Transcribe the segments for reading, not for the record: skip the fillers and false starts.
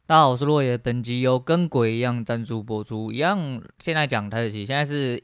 大家好，我是落叶。本集由跟鬼一样赞助播出，一样现在讲台子棋，现在是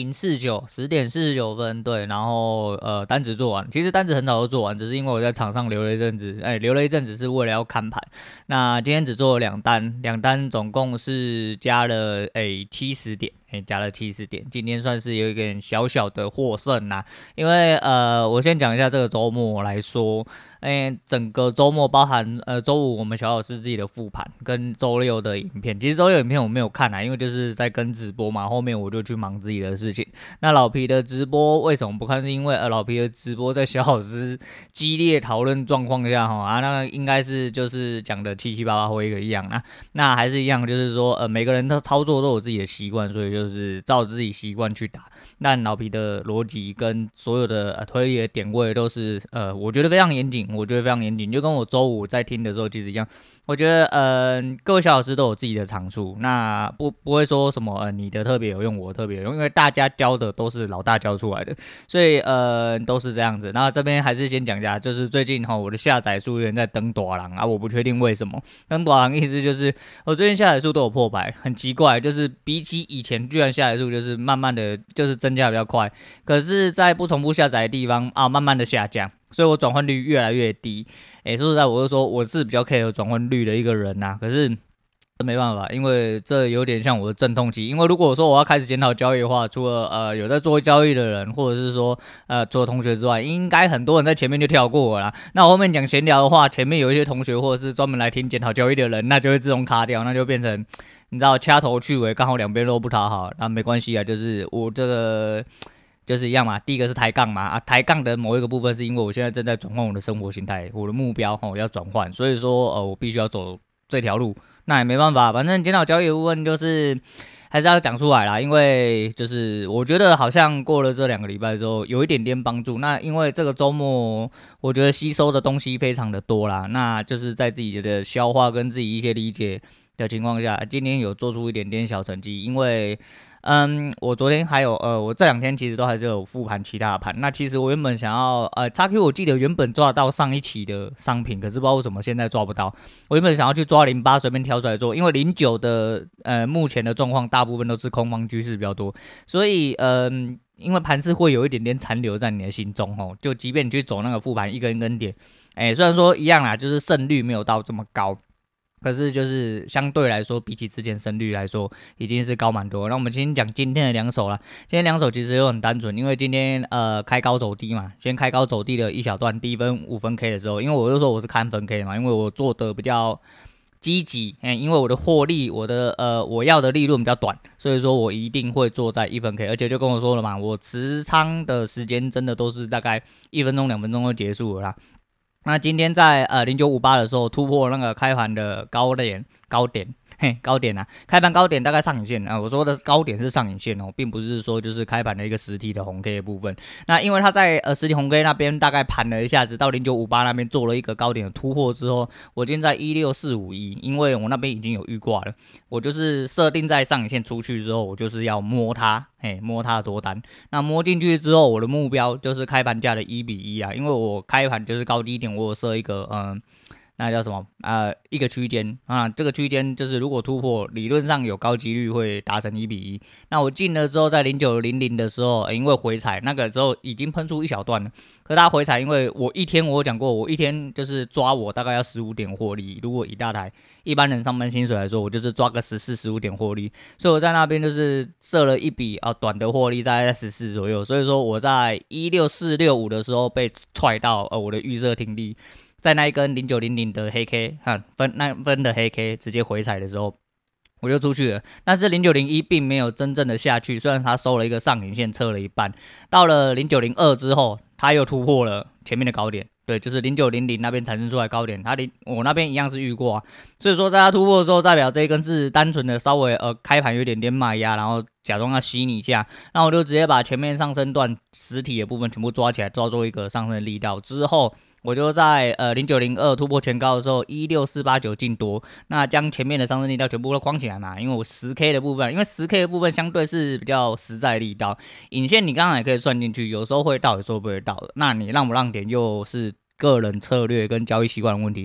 10:49，10:49。对，然后单子做完，其实单子很早就做完，只是因为我在场上留了一阵子，留了一阵子是为了要看盘。那今天只做了2单，两单总共是加了70点，加了70点，今天算是有一点小小的获胜啦。因为我先讲一下这个周末来说。整个周末包含周五我们小老师自己的复盘跟周六的影片，其实周六影片我没有看啊，因为就是在跟直播嘛，后面我就去忙自己的事情。那老皮的直播为什么不看？是因为老皮的直播在小老师激烈讨论状况下那应该是就是讲的七七八八会一样啊，那还是一样，就是说每个人的操作都有自己的习惯，所以就是照自己习惯去打。但老皮的逻辑跟所有的推理的点位都是我觉得非常严谨，就跟我周五在听的时候其实一样。我觉得各位小老师都有自己的长处，那不会说什么你的特别有用，我特别有用，因为大家教的都是老大教出来的，所以都是这样子。那这边还是先讲一下，就是最近我的下载数有点在登大郎啊，我不确定为什么登大郎，意思就是我最近下载数都有破百，很奇怪，就是比起以前居然下载数就是慢慢的就是增加比较快，可是在不重复下载的地方慢慢的下降。所以我转换率越来越低，说实在，我就说我是比较 care 转换率的一个人可是没办法，因为这有点像我的阵痛期。因为如果说我要开始检讨交易的话，除了有在做交易的人，或者是说除了同学之外，应该很多人在前面就跳过了啦。那我后面讲闲聊的话，前面有一些同学或者是专门来听检讨交易的人，那就会自动卡掉，那就变成你知道掐头去尾，刚好两边都不讨好，那没关系啊，就是我这个。就是一样嘛，第一个是抬杠嘛，抬杠的某一个部分是因为我现在正在转换我的生活形态，我的目标要转换，所以说我必须要走这条路，那也没办法，反正检讨交易的部分就是还是要讲出来啦，因为就是我觉得好像过了这2个礼拜之后有一点点帮助，那因为这个周末我觉得吸收的东西非常的多啦，那就是在自己的消化跟自己一些理解的情况下，今天有做出一点点小成绩，因为我昨天还有我这2天其实都还是有复盘其他的盘。那其实我原本想要XQ，我记得原本抓得到上一期的商品，可是不知道为什么现在抓不到。我原本想要去抓08，随便挑出来做，因为09的目前的状况大部分都是空方趋势比较多，所以因为盘势会有一点点残留在你的心中就即便你去走那个复盘一根一根点，虽然说一样啦，就是胜率没有到这么高。可是就是相对来说，比起之前胜率来说，已经是高蛮多。那我们先讲今天的2手啦。今天2手其实又很单纯，因为今天开高走低嘛，先开高走低的一小段低分5分 K 的时候，因为我就说我是看分 K 嘛，因为我做的比较积极，因为我的获利，我要的利润比较短，所以说我一定会做在1分 K， 而且就跟我说了嘛，我持仓的时间真的都是大概1分钟2分钟就结束了啦。那今天在0958的时候突破那个开盘的高点，开盘高点大概上影线我说的高点是上影线并不是说就是开盘的一个实体的红 K 的部分。那因为它在实体红 K 那边大概盘了一下子到0958那边做了一个高点的突破之后，我今天在16451，因为我那边已经有预挂了，我就是设定在上影线出去之后，我就是要摸它。摸它的多单，那摸进去之后，我的目标就是开盘价的1:1因为我开盘就是高低点，我有设一个那叫什么一个区间这个区间就是如果突破，理论上有高几率会达成1:1。那我进了之后，在0900的时候，因为回踩那个时候已经喷出一小段了，可是它回踩，因为我有讲过，我一天就是抓我大概要15点获利，如果以大台一般人上班薪水来说，我就是抓个14、15点获利，所以我在那边就是设了一笔短的获利，大概在14左右，所以说我在16465的时候被踹到我的预设停利。在那一根0900的黑 K 分的黑 K 直接回踩的时候，我就出去了。但是0901并没有真正的下去，虽然它收了一个上影线，测了一半。到了0902之后，它又突破了前面的高点，对，就是0900那边产生出来高点，我那边一样是遇过所以说在它突破的时候，代表这一根是单纯的稍微开盘有点点卖压，然后假装要吸你一下，那我就直接把前面上升段实体的部分全部抓起来，抓做一个上升的力道之后。我就在0902突破前高的时候16489进多，那将前面的上升力道全部都框起来嘛，因为我10K 的部分，因为10K 的部分相对是比较实在力道，影线你刚刚也可以算进去，有时候会到，有时候不会到的，那你让不让点又是个人策略跟交易习惯的问题。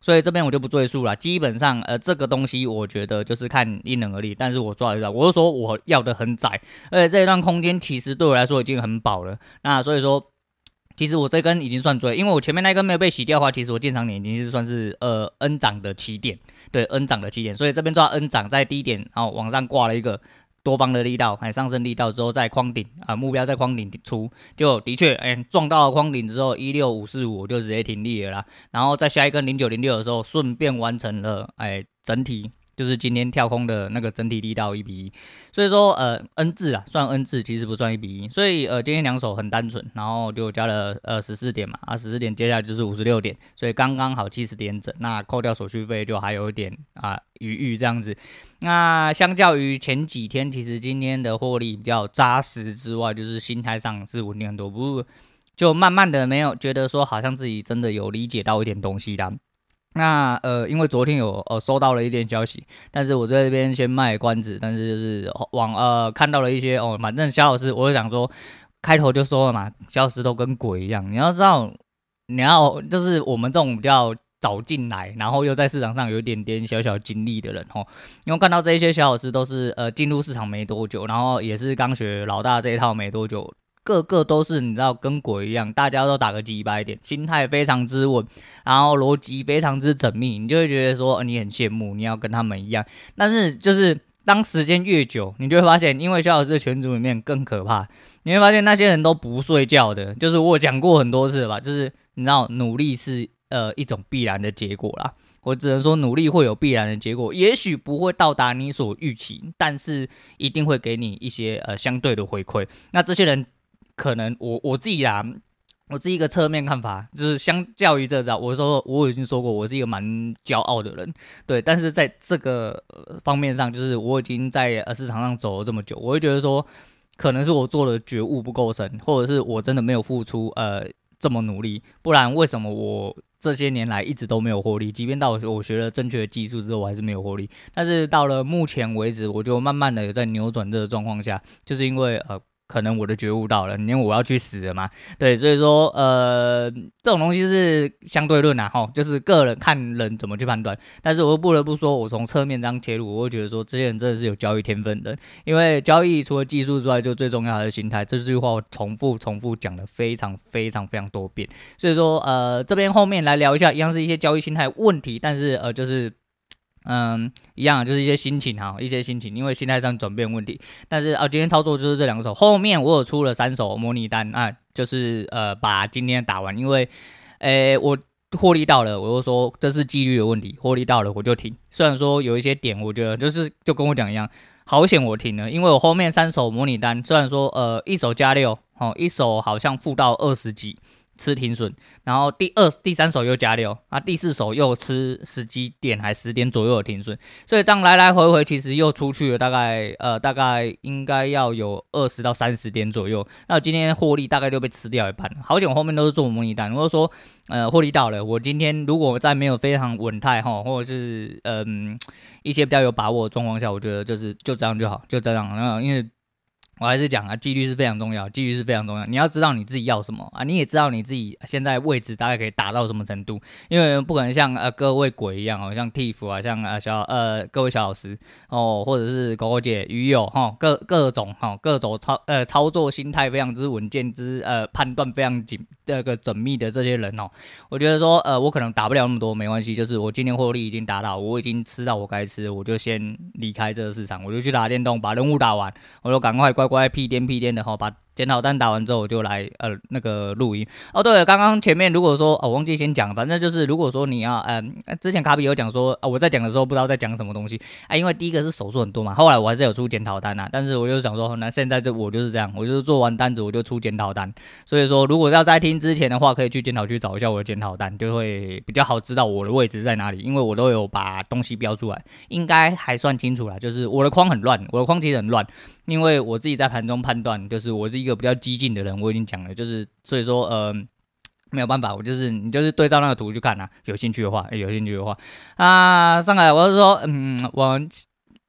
所以这边我就不赘述了。基本上这个东西我觉得就是看因人而异，但是我抓得到，我就说我要的很窄，而且这一段空间其实对我来说已经很饱了。那所以说。其实我这根已经算追，因为我前面那根没有被洗掉的话，其实我进场点已经是算是N 涨的起点，对 N 涨的起点，所以这边抓 N 涨在低点，然后往上挂了一个多方的力道，还上升力道之后再框顶目标在框顶出，就的确撞到了框顶之后16545我就直接停利了啦，然后在下一根0906的时候顺便完成了整体。就是今天跳空的那个整体力道1:1，所以说N 字啦，算 N 字，其实不算1:1，所以今天两手很单纯，然后就加了14点嘛，14点接下来就是56点，所以刚刚好70点整，那扣掉手续费就还有一点余裕这样子。那相较于前几天，其实今天的获利比较扎实之外，就是心态上是稳定很多，不就慢慢的没有觉得说好像自己真的有理解到一点东西啦。那因为昨天有收到了一点消息，但是我在这边先卖关子，但是就是看到了一些反正小老师，我就想说，开头就说了嘛，小老师都跟鬼一样，你要知道，就是我们这种比较早进来，然后又在市场上有一点点小小经历的人因为看到这一些小老师都是进入市场没多久，然后也是刚学老大这一套没多久。个个都是你知道跟鬼一样，大家都打个几百点，心态非常之稳，然后逻辑非常之缜密，你就会觉得说你很羡慕，你要跟他们一样。但是就是当时间越久，你就会发现，因为肖老师的群组里面更可怕，你会发现那些人都不睡觉的，就是我讲过很多次吧，就是你知道努力是一种必然的结果啦。我只能说努力会有必然的结果，也许不会到达你所预期，但是一定会给你一些相对的回馈。那这些人。可能我自己啦，我自己一个侧面看法，就是相较于这招，我已经说过，我是一个蛮骄傲的人，对，但是在这个方面上，就是我已经在市场上走了这么久，我会觉得说，可能是我做的觉悟不够深，或者是我真的没有付出这么努力，不然为什么我这些年来一直都没有获利？即便到我学了正确的技术之后，我还是没有获利。但是到了目前为止，我就慢慢的有在扭转这个状况下，就是因为可能我的觉悟到了，因为我要去死了嘛，对，所以说这种东西是相对论就是个人看人怎么去判断，但是我不得不说，我从侧面这样切入，我会觉得说这些人真的是有交易天分的，因为交易除了技术之外，就最重要的是心态，这句话我重复讲了非常非常非常多遍，所以说这边后面来聊一下，一样是一些交易心态问题，但是就是一样就是一些心情因为心态上转变问题。但是今天操作就是这两手，后面我有出了3手模拟单就是把今天打完，因为我获利到了，我就说这是纪律的问题，获利到了我就停。虽然说有一些点，我觉得就跟我讲一样，好险我停了，因为我后面3手模拟单，虽然说一手加6，一手好像负到20几。吃停损，然后第3手又加6，第4手又吃10几点还10点左右的停损，所以这样来来回回其实又出去了大概应该要有20到30点左右。那我今天获利大概就被吃掉一半了，好险我后面都是做模拟单，我就说获利到了，我今天如果在没有非常稳态或者是一些比较有把握的状况下，我觉得就这样就好，就这样，因为。我还是讲纪律是非常重要，你要知道你自己要什么你也知道你自己现在位置大概可以达到什么程度，因为不可能像各位鬼一样像 Tiff 像各位小老师或者是狗狗姐、鱼友各种操作心态非常之稳健判断非常缜密的这些人我觉得说我可能打不了那么多没关系，就是我今天获利已经达到，我已经吃到我该吃，我就先离开这个市场，我就去打电动，把任务打完，我就赶快乖乖屁颠的把检讨单打完之后，我就来那个录音对了，刚刚前面如果说我忘记先讲，反正就是如果说你要之前卡比有讲说我在讲的时候不知道在讲什么东西因为第一个是手术很多嘛，后来我还是有出检讨单但是我就想说那现在我就是这样，我就是做完单子我就出检讨单，所以说如果要在听之前的话，可以去检讨区找一下我的检讨单，就会比较好知道我的位置在哪里，因为我都有把东西标出来，应该还算清楚啦，就是我的框很乱，我的框其实很乱，因为我自己在盘中判断，就是我是一个比较激进的人，我已经讲了，就是所以说没有办法，你就是对照那个图去看有兴趣的话上来我是说我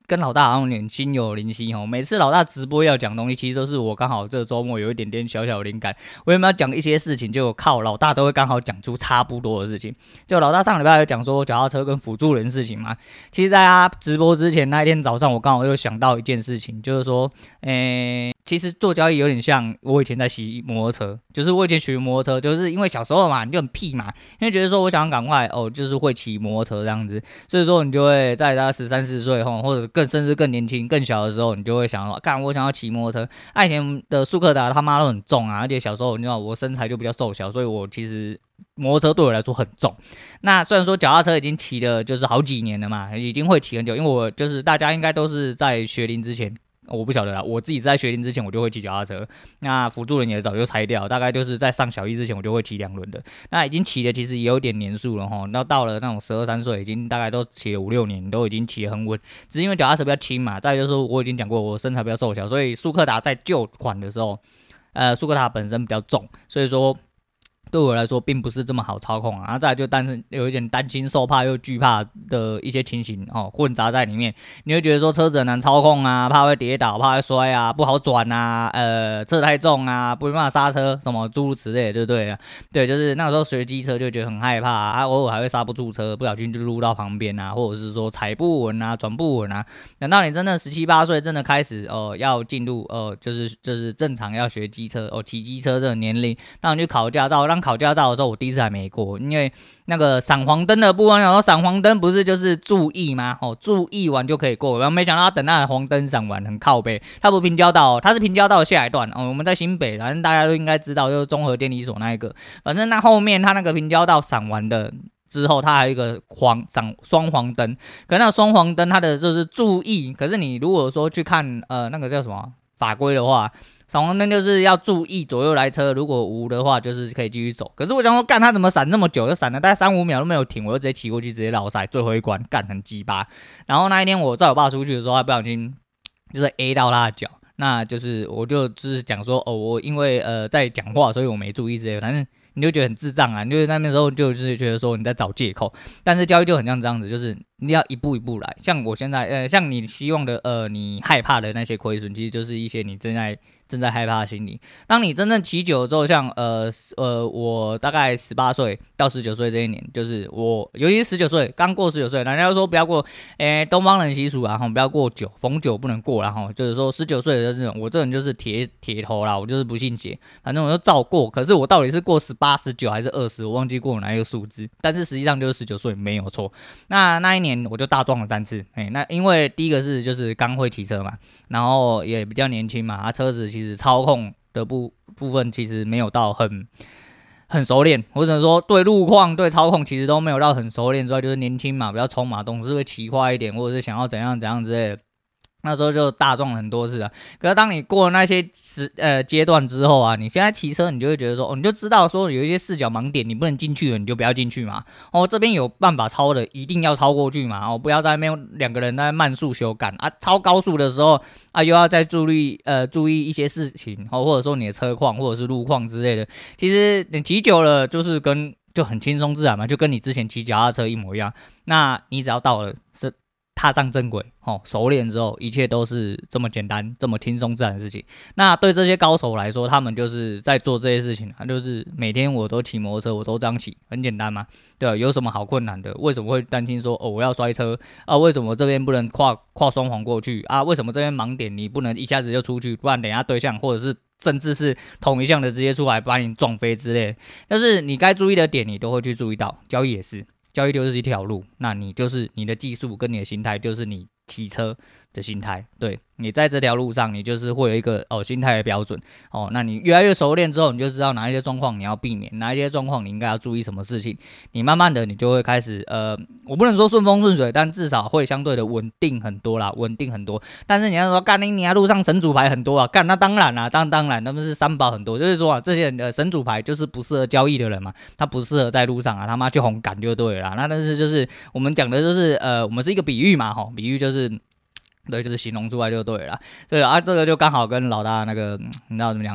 跟老大好像有点心有灵犀哦。每次老大直播要讲东西，其实都是我刚好这个周末有一点点小小灵感，我原本要讲一些事情，就靠老大都会刚好讲出差不多的事情。就老大上礼拜有讲说脚踏车跟辅助人事情嘛，其实在他直播之前那一天早上，我刚好又想到一件事情，就是说，其实做交易有点像我以前在骑摩托车，就是我以前学摩托车，就是因为小时候嘛，你就很屁嘛，因为觉得说我想赶快就是会骑摩托车这样子，所以说你就会在他13、14岁后，或者甚至更年轻、更小的时候，你就会想说，干我想要骑摩托车。以前的速克达他妈都很重啊，而且小时候你知道我身材就比较瘦小，所以我其实摩托车对我来说很重。那虽然说脚踏车已经骑了就是好几年了嘛，已经会骑很久，因为我就是大家应该都是在学龄之前。我不晓得啦，我自己在学龄之前我就会骑脚踏车，那辅助人也早就拆掉，大概就是在上小一之前我就会骑2轮的，那已经骑的其实也有点年数了齁，那到了那种12、13岁，已经大概都骑了5、6年，都已经骑得很稳，只是因为脚踏车比较轻嘛，再就是说我已经讲过我身材比较瘦小，所以速克达在旧款的时候，速克达本身比较重，所以说。对我来说并不是这么好操控啊，再来就但是有一点担心受怕又惧怕的一些情形混杂在里面，你会觉得说车子很难操控啊，怕会跌倒，怕会摔啊，不好转啊，车太重啊，不没办法刹车，什么诸如此类的，对不对？对，就是那个时候学机车就觉得很害怕啊，偶尔还会刹不住车，不小心就撸到旁边啊，或者是说踩不稳啊，转不稳啊。等到你真的17、18岁，真的开始要进入就是正常要学机车骑机车这个年龄，那你去考驾照，考驾照的时候，我第一次还没过，因为那个闪黄灯的部分，然后闪黄灯不是就是注意吗？注意完就可以过，然后没想到他等那黄灯闪完很靠背，他不平交道，他是平交道的下一段我们在新北，反正大家都应该知道，就是综合电力所那一个，反正那后面他那个平交道闪完的。之后，它还有一个双黄灯，可是那个双黄灯它的就是注意，可是你如果说去看那个叫什么法规的话，闪黄灯就是要注意左右来车，如果无的话就是可以继续走。可是我想说，干他怎么闪那么久，就闪了大概3、5秒都没有停，我就直接骑过去，直接绕赛最后一关，干很鸡巴。然后那一天我载我爸出去的时候，他不小心就是 A 到他的脚。那就是我就是讲说我因为在讲话，所以我没注意之类的，反正你就觉得很智障啊，你就那时候就是觉得说你在找借口，但是交易就很像这样子，就是你要一步一步来。像我现在像你希望的你害怕的那些亏损，其实就是一些你正在害怕的心理。当你真正骑久了之后，像我大概18岁到19岁这一年，就是我尤其是19岁刚过19岁，人家说不要过东方人习俗啊，不要过9，逢9不能过啦齁，就是说19岁的这种，我这人就是铁头啦，我就是不信邪，反正我就照过。可是我到底是过18、19还是20，我忘记过哪一个数字，但是实际上就是19岁没有错。那一年我就大撞了3次，那因为第一个是就是刚会骑车嘛，然后也比较年轻嘛，车子其实操控的部分其实没有到很熟练，或者说对路况对操控其实都没有到很熟练之外，就是年轻嘛，比较冲嘛，总是会骑快一点，或者是想要怎样之类的。那时候就大撞了很多次啊，可是当你过了那些阶段之后啊，你现在骑车你就会觉得说，你就知道说有一些视角盲点，你不能进去了，你就不要进去嘛。这边有办法超的，一定要超过去嘛。不要在那边2个人在慢速修改啊，超高速的时候啊，又要再注意一些事情或者说你的车况或者是路况之类的。其实你骑久了就是就很轻松自然嘛，就跟你之前骑脚踏车一模一样。那你只要到了踏上正轨熟练之后，一切都是这么简单这么轻松自然的事情。那对这些高手来说，他们就是在做这些事情，就是每天我都骑摩托车，我都这样骑，很简单嘛，对吧？有什么好困难的？为什么会担心说我要摔车啊？为什么这边不能跨双黄过去啊？为什么这边盲点你不能一下子就出去，不然等一下对象或者是甚至是同一项的直接出来把你撞飞之类的？但是你该注意的点你都会去注意到，交易也是。交易就是一条路，那你就是你的技术跟你的心态，就是你骑车的心态。对，你在这条路上，你就是会有一个心态的标准那你越来越熟练之后，你就知道哪一些状况你要避免，哪一些状况你应该要注意什么事情。你慢慢的，你就会开始我不能说顺风顺水，但至少会相对的稳定很多啦，稳定很多。但是你要说干你路上神主牌很多啊，干那当然啦，当然他们是三宝很多，就是说这些人的神主牌就是不适合交易的人嘛，他不适合在路上他妈去红杆就对了啦。那但是就是我们讲的就是我们是一个比喻嘛比喻就是。对，就是形容出来就对了啦。对啊，这个就刚好跟老大那个，你知道怎么讲？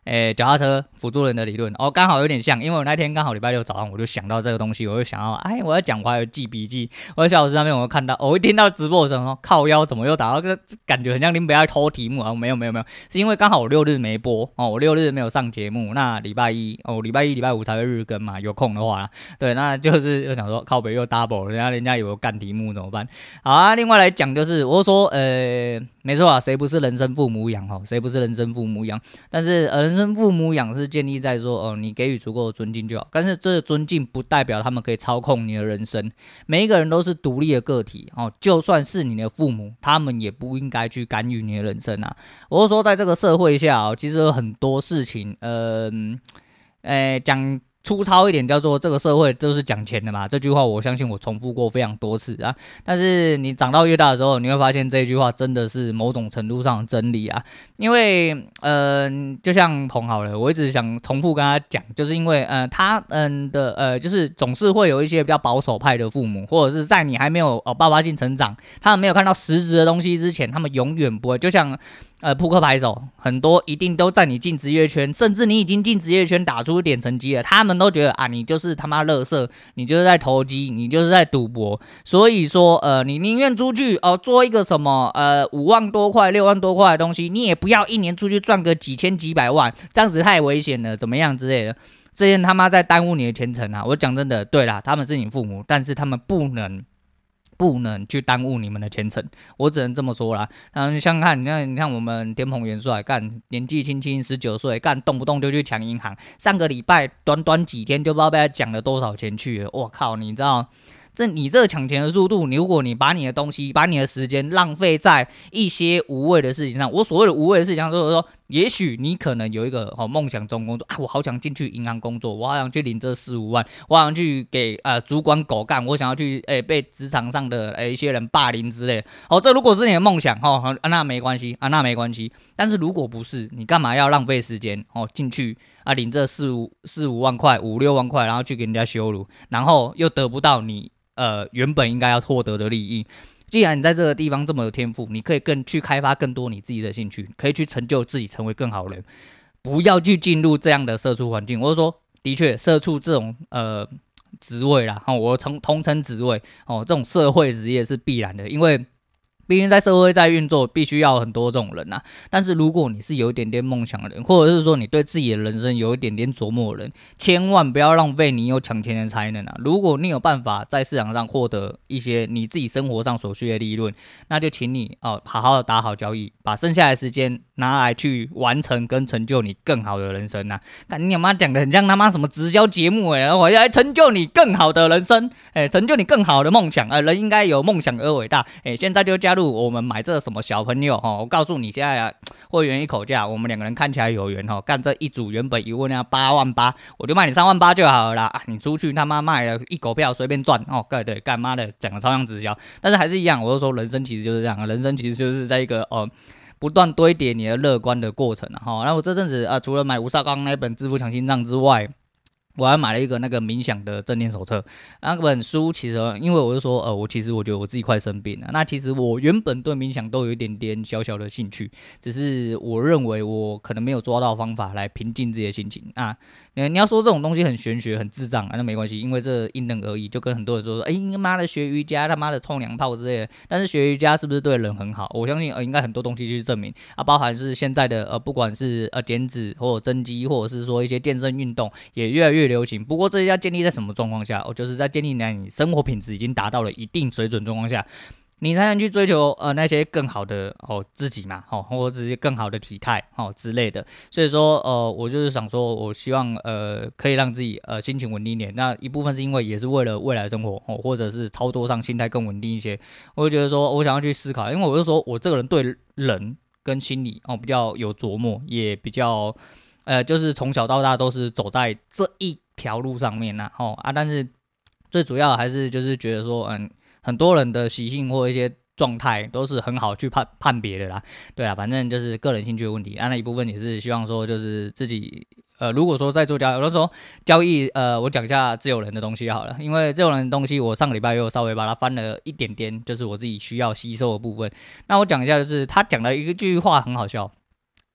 脚踏车辅助人的理论哦，刚好有点像，因为我那天刚好礼拜六早上我就想到这个东西，我就想要我要讲，我还有记笔记。我在小老师那边我看到，我一听到直播的时候说靠腰怎么又打到这感觉很像林北在偷题目啊？没有，是因为刚好我6日没播哦，我6日没有上节目，那礼拜一、礼拜五才会日更嘛，有空的话啦，对，那就是又想说靠北又 double， 人家以为我干题目怎么办？好啊，另外来讲就是我说没错啊，谁不是人生父母养哦？谁不是人生父母养？但是人生父母养是建立在说你给予足够的尊敬就好。但是这个尊敬不代表他们可以操控你的人生。每一个人都是独立的个体哦，就算是你的父母，他们也不应该去干预你的人生啊。我是说，在这个社会下其实有很多事情，讲粗糙一点叫做这个社会都是讲钱的嘛，这句话我相信我重复过非常多次啊。但是你长到越大的时候，你会发现这句话真的是某种程度上的真理啊。因为就像彭好了，我一直想重复跟他讲，就是因为他就是总是会有一些比较保守派的父母，或者是在你还没有爆发性成长，他们没有看到实质的东西之前，他们永远不会，就像扑克牌手很多一定都在你进职业圈，甚至你已经进职业圈打出一点成绩了，他们都觉得你就是他妈垃圾，你就是在投机，你就是在赌博。所以说你宁愿出去做一个什么5万多块6万多块的东西，你也不要一年出去赚个几千几百万，这样子太危险了，怎么样之类的，这些他妈在耽误你的前程啊！我讲真的，对啦，他们是你父母，但是他们不能去耽误你们的前程，我只能这么说啦。你想看，你看我们田鹏元帅干年纪轻轻19岁，干动不动就去抢银行，上个礼拜短几天就不知道被他抢了多少钱去了。我靠，你知道？你这抢钱的速度，如果你把你的东西、把你的时间浪费在一些无谓的事情上，我所谓的无谓的事情上，就是说，也许你可能有一个梦想中工作我好想进去银行工作，我好想去领这4、5万，我好想去给主管狗干，我想要去被职场上的一些人霸凌之类的。这如果是你的梦想那没关系那没关系。但是如果不是，你干嘛要浪费时间进去领这4、5万块、5、6万块，然后去给人家羞辱，然后又得不到你原本应该要获得的利益。既然你在这个地方这么有天赋，你可以去开发更多你自己的兴趣，可以去成就自己成为更好的人，不要去进入这样的社畜环境。我就说，的确，社畜这种职位啦，我同称职位这种社会职业是必然的，因为毕竟在社会在运作，必须要很多这种人啊。但是如果你是有一点点梦想的人，或者是说你对自己的人生有一点点琢磨的人，千万不要浪费你有抢钱的才能啊！如果你有办法在市场上获得一些你自己生活上所需的利润，那就请你好好的打好交易，把剩下的时间拿来去完成跟成就你更好的人生啊！看你妈讲的很像他妈什么直销节目我要来成就你更好的人生，成就你更好的梦想人应该有梦想而伟大，现在就加入我们买这什么小朋友我告诉你，现在会员一口价，我们2个人看起来有缘干这一组原本1万8万8，我就卖你3万8就好了啦你出去他妈卖了一狗票随便赚对，干妈的讲的超像直销，但是还是一样，我就说人生其实就是这样，人生其实就是在一个不断堆叠你的乐观的过程那我这阵子除了买吴少刚那本《致富强心脏》之外，我还买了一个那个冥想的正念手册。那本书其实因为我就说我其实我觉得我自己快生病了，那其实我原本对冥想都有一点点小小的兴趣，只是我认为我可能没有抓到方法来平静自己的心情你要说这种东西很玄学很智障那没关系，因为这因人而异，就跟很多人说他妈的学瑜伽他妈的冲凉泡之类的，但是学瑜伽是不是对人很好，我相信应该很多东西去证明包含是现在的不管是减脂或者增肌，或者是说一些健身运动也越来越流行。不过这些要建立在什么状况下就是在建立在你生活品质已经达到了一定水准状况下，你才能去追求那些更好的自己嘛或者是更好的体态之类的。所以说我就是想说，我希望可以让自己心情稳定一点。那一部分是因为也是为了未来的生活或者是操作上心态更稳定一些。我就觉得说我想要去思考，因为我就说我这个人对人跟心理比较有琢磨，也比较就是从小到大都是走在这一条路上面但是最主要还是就是觉得说很多人的习性或一些状态都是很好去判别的啦，对啦，反正就是个人兴趣的问题那一部分也是希望说就是自己如果说在做交易，我说交易我讲一下自由人的东西好了，因为自由人的东西我上个礼拜又稍微把它翻了一点点，就是我自己需要吸收的部分。那我讲一下，就是他讲了一句话很好笑，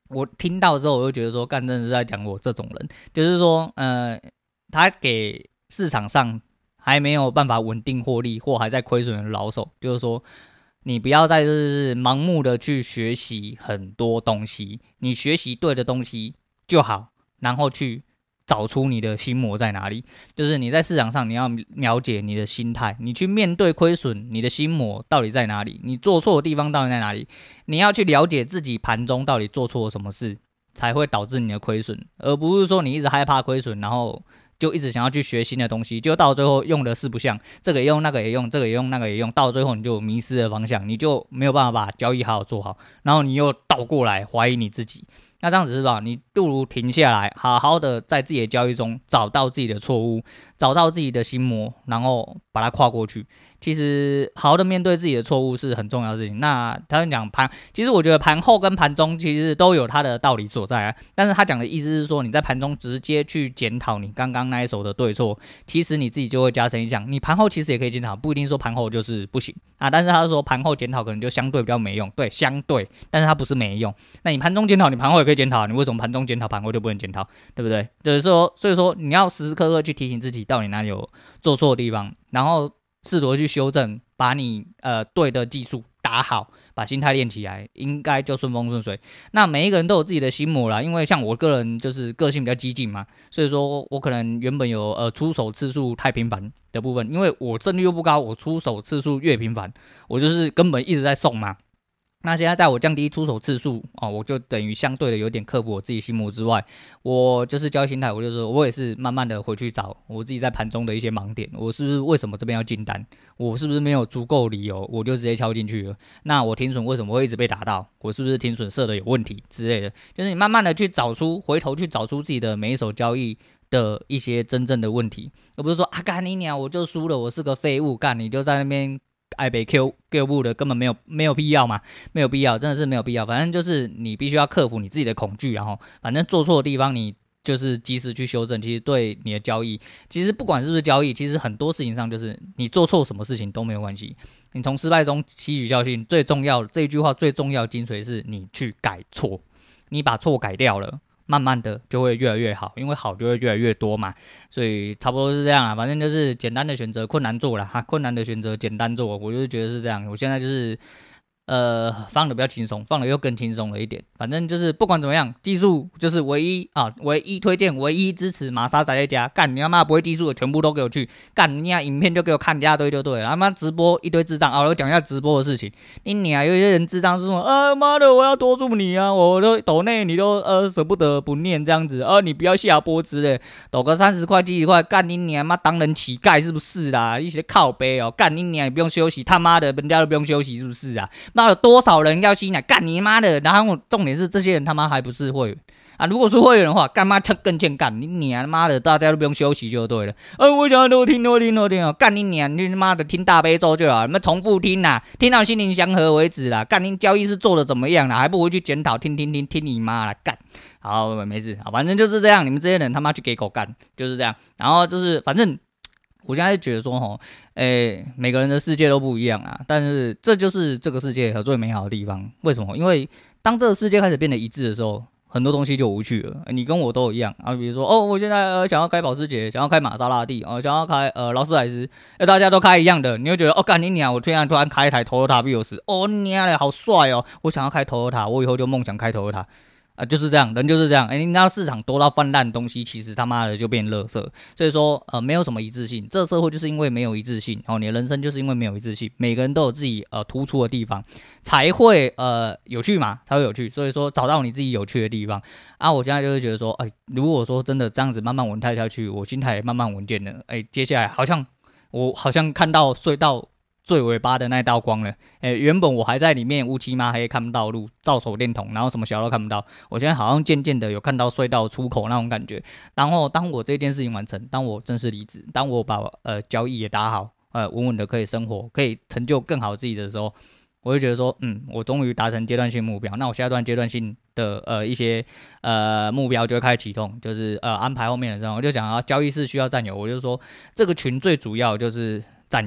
我听到之后，我就觉得说，干真的是在讲我这种人，就是说，他给市场上还没有办法稳定获利或还在亏损的老手，就是说，你不要再就是盲目的去学习很多东西，你学习对的东西就好，然后去找出你的心魔在哪里。就是你在市场上你要了解你的心态，你去面对亏损，你的心魔到底在哪里？你做错的地方到底在哪里？你要去了解自己盘中到底做错了什么事，才会导致你的亏损，而不是说你一直害怕亏损，然后就一直想要去学新的东西，就到最后用的四不像，这个也用，那个也用，这个也用，那个也用，到最后你就迷失了方向，你就没有办法把交易好好做好，然后你又倒过来怀疑你自己。那这样子是吧？你不如停下来，好好的在自己的交易中找到自己的错误，找到自己的心魔，然后把它跨过去。其实好好的面对自己的错误是很重要的事情。那他们讲盘，其实我觉得盘后跟盘中其实都有它的道理所在啊。但是他讲的意思是说，你在盘中直接去检讨你刚刚那一手的对错，其实你自己就会加深影响。你盘后其实也可以检讨，不一定说盘后就是不行啊。但是他说盘后检讨可能就相对比较没用，对，相对，但是它不是没用。那你盘中检讨，你盘后也可以检讨，你为什么盘中检讨，盘后就不能检讨，对不对？就是说，所以说你要时时刻刻去提醒自己到底哪里有做错的地方，然后试图去修正，把你对的技术打好，把心态练起来，应该就顺风顺水。那每一个人都有自己的心魔啦，因为像我个人就是个性比较激进嘛，所以说我可能原本有出手次数太频繁的部分，因为我胜率又不高，我出手次数越频繁，我就是根本一直在送嘛。那现在在我降低出手次数哦，我就等于相对的有点克服我自己心魔之外，我就是交易心态，我就说我也是慢慢的回去找我自己在盘中的一些盲点，我是不是为什么这边要进单，我是不是没有足够理由，我就直接敲进去了。那我停损为什么会一直被打到？我是不是停损设的有问题之类的？就是你慢慢的去找出，回头去找出自己的每一手交易的一些真正的问题，而不是说啊干你娘我就输了，我是个废物，干你就在那边爱被 Q 步的，根本没有必要嘛，没有必要，真的是没有必要。反正就是你必须要克服你自己的恐惧，然后反正做错的地方你就是及时去修正。其实对你的交易，其实不管是不是交易，其实很多事情上就是你做错什么事情都没有关系。你从失败中吸取教训，最重要的这一句话最重要的精髓是你去改错，你把错改掉了。慢慢的就会越来越好，因为好就会越来越多嘛，所以差不多是这样啦。反正就是简单的选择困难做啦，哈，困难的选择简单做，我就是觉得是这样。我现在就是放的比较轻松，放的又更轻松了一点。反正就是不管怎么样，技术就是唯一推荐，唯一支持玛莎宅在家。干你他妈不会技术的全部都给我去干，你影片就给我看一大堆就对了。他妈直播一堆智障啊！我讲一下直播的事情。你有一些人智障是说妈的我要多助你啊，我都抖内你都舍不得不念这样子你不要下播之类，抖个30块70块，干你娘妈当人乞丐是不是啦？一些靠背干你娘也不用休息，他妈的人家都不用休息是不是啊？那有多少人要吸奶？干你妈的！然后重点是这些人他妈还不是会员啊！如果是会员的话，干妈更欠干你娘妈的！大家都不用休息就对了。我想要多听干你娘！你他妈的听大悲咒就好，你们重复听啦，听到心灵祥和为止啦。干你交易是做的怎么样啦？还不回去检讨？听你妈啦！干好没事，好反正就是这样。你们这些人他妈去给狗干，就是这样。然后就是反正。我现在觉得说每个人的世界都不一样啊，但是这就是这个世界最美好的地方。为什么？因为当这个世界开始变得一致的时候，很多东西就无趣了。你跟我都一样啊，比如说我现在想要开保时捷，想要开玛莎拉蒂想要开劳斯莱斯，大家都开一样的，你会觉得干你娘！我突然开一台 Toyota Vios，你娘嘞，好帅哦！我想要开 Toyota，我以后就梦想开 Toyota。就是这样，人就是这样。你知道市场多到泛滥的东西，其实他妈的就变垃圾。所以说，没有什么一致性。这个社会就是因为没有一致性，你的人生就是因为没有一致性。每个人都有自己突出的地方，才会有趣嘛，才会有趣。所以说，找到你自己有趣的地方啊。我现在就是觉得说，如果说真的这样子慢慢稳态下去，我心态也慢慢稳健了。接下来我好像看到隧道最尾巴的那道光了，原本我还在里面乌漆嘛黑看不到路，照手电筒，然后什么小都看不到。我现在好像渐渐的有看到隧道出口那种感觉。然后当我这件事情完成，当我正式离职，当我把交易也打好，稳稳的可以生活，可以成就更好自己的时候，我就觉得说，我终于达成阶段性目标。那我下段阶段性的一些目标就会开始启动，就是安排后面的这种。我就讲交易是需要战友，我就说这个群最主要就是战友。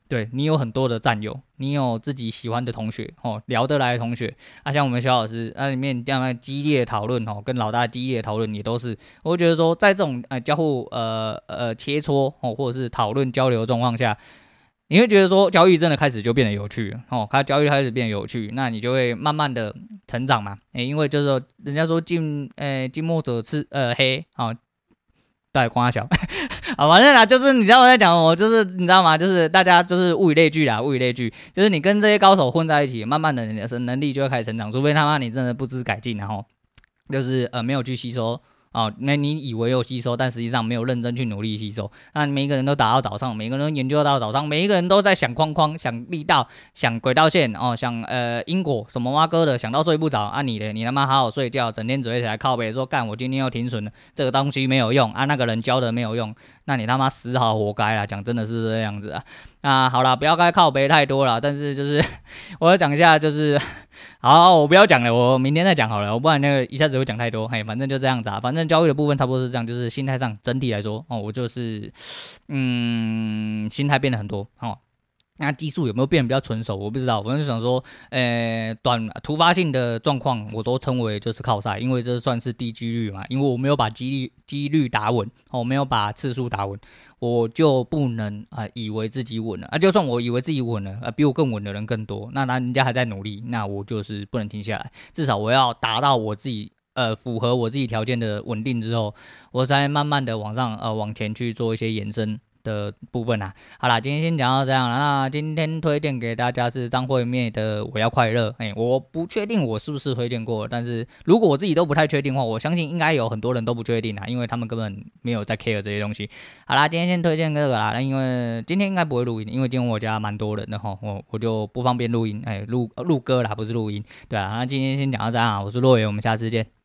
对你有很多的战友，你有自己喜欢的同学哦，聊得来的同学啊，像我们小老师那里面这样激烈讨论哦，跟老大激烈讨论也都是，我会觉得说在这种交互切磋哦，或者是讨论交流的状况下，你会觉得说交易真的开始就变得有趣了哦，交易开始变得有趣，那你就会慢慢的成长嘛，因为就是说人家说近墨者黑哦，对，光小啊，反正啦，就是你知道我在讲，我就是你知道吗？就是大家就是物以类聚啦，物以类聚，就是你跟这些高手混在一起，慢慢的你的能力就会开始成长，除非他妈你真的不知改进，然后就是没有去吸收。哦，那你以为有吸收，但实际上没有认真去努力吸收。那每一个人都打到早上，每个人都研究到早上，每一个人都在想框框、想力道、想轨道线哦，想因果什么蛙哥的，想到睡不着啊你嘞，你他妈好好睡觉，整天只会起来靠北说干我今天又停损了，这个东西没有用啊，那个人教的没有用，那你他妈死好活该啦，讲真的是这样子啊。那好啦，不要该靠北太多了，但是就是我要讲一下就是。好，我不要讲了，我明天再讲好了，我不然那个一下子会讲太多。嘿，反正就这样子啊，反正交易的部分差不多是这样，就是心态上整体来说，哦，我就是心态变了很多哦。那技术有没有变得比较纯熟？我不知道，我就想说，突发性的状况我都称为就是靠赛，因为这算是低几率嘛，因为我没有把几率打稳，我没有把次数打稳，我就不能以为自己稳了啊。就算我以为自己稳了，比我更稳的人更多，那人家还在努力，那我就是不能停下来，至少我要达到我自己。符合我自己条件的稳定之后，我才慢慢的往前去做一些延伸的部分啊。好啦，今天先讲到这样了。那今天推荐给大家是张惠妹的《我要快乐》。我不确定我是不是推荐过，但是如果我自己都不太确定的话，我相信应该有很多人都不确定啊，因为他们根本没有在 care 这些东西。好啦，今天先推荐这个啦。那因为今天应该不会录音，因为今天我家蛮多人的哈，我就不方便录音，录歌啦，不是录音。对啊，那今天先讲到这样啊，我是洛伟，我们下次见。